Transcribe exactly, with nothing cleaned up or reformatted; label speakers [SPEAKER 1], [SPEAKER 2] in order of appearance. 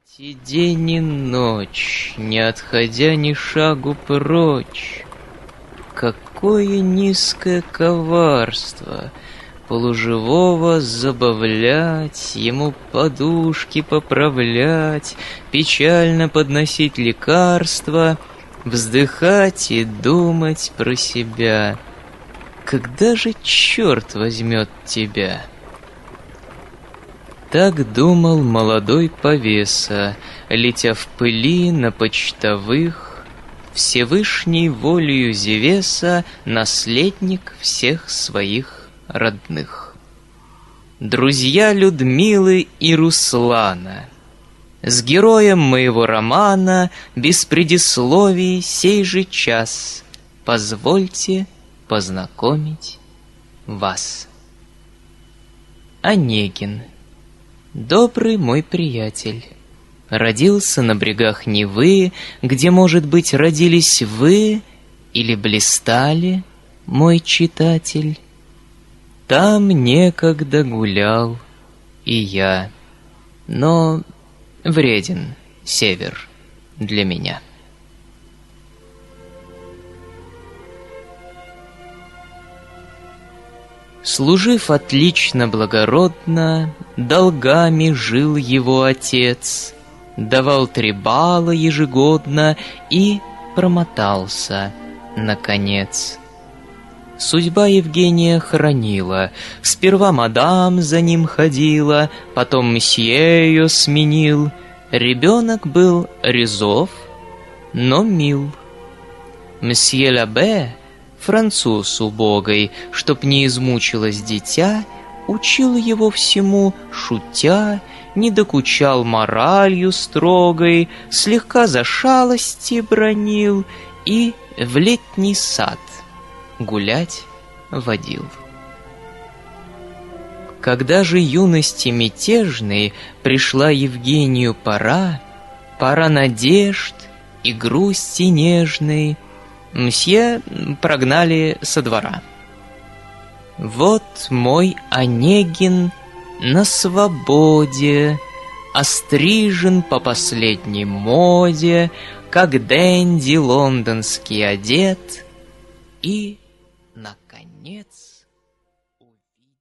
[SPEAKER 1] И день и ночь, не отходя ни шагу прочь, какое низкое коварство полуживого забавлять, ему подушки поправлять, печально подносить лекарства, вздыхать и думать про себя. Когда же черт возьмет тебя? Так думал молодой повеса, летя в пыли на почтовых, Всевышней волею Зевеса наследник всех своих родных. Друзья Людмилы и Руслана, с героем моего романа без предисловий сей же час позвольте познакомить вас. Онегин. Добрый мой приятель, родился на брегах Невы, где, может быть, родились вы или блистали, мой читатель. Там некогда гулял и я, но вреден север для меня. Служив отлично благородно, долгами жил его отец, давал три бала ежегодно и промотался, наконец. Судьба Евгения хранила, сперва мадам за ним ходила, потом мсье ее сменил. Ребенок был резов, но мил. Мсье Лабе, француз убогой, чтоб не измучилось дитя, учил его всему, шутя, не докучал моралью строгой, слегка за шалости бранил и в летний сад гулять водил. Когда же юности мятежной пришла Евгению пора, пора надежд и грусти нежной, мсье прогнали со двора. Вот мой Онегин на свободе, острижен по последней моде, как денди лондонский одет, и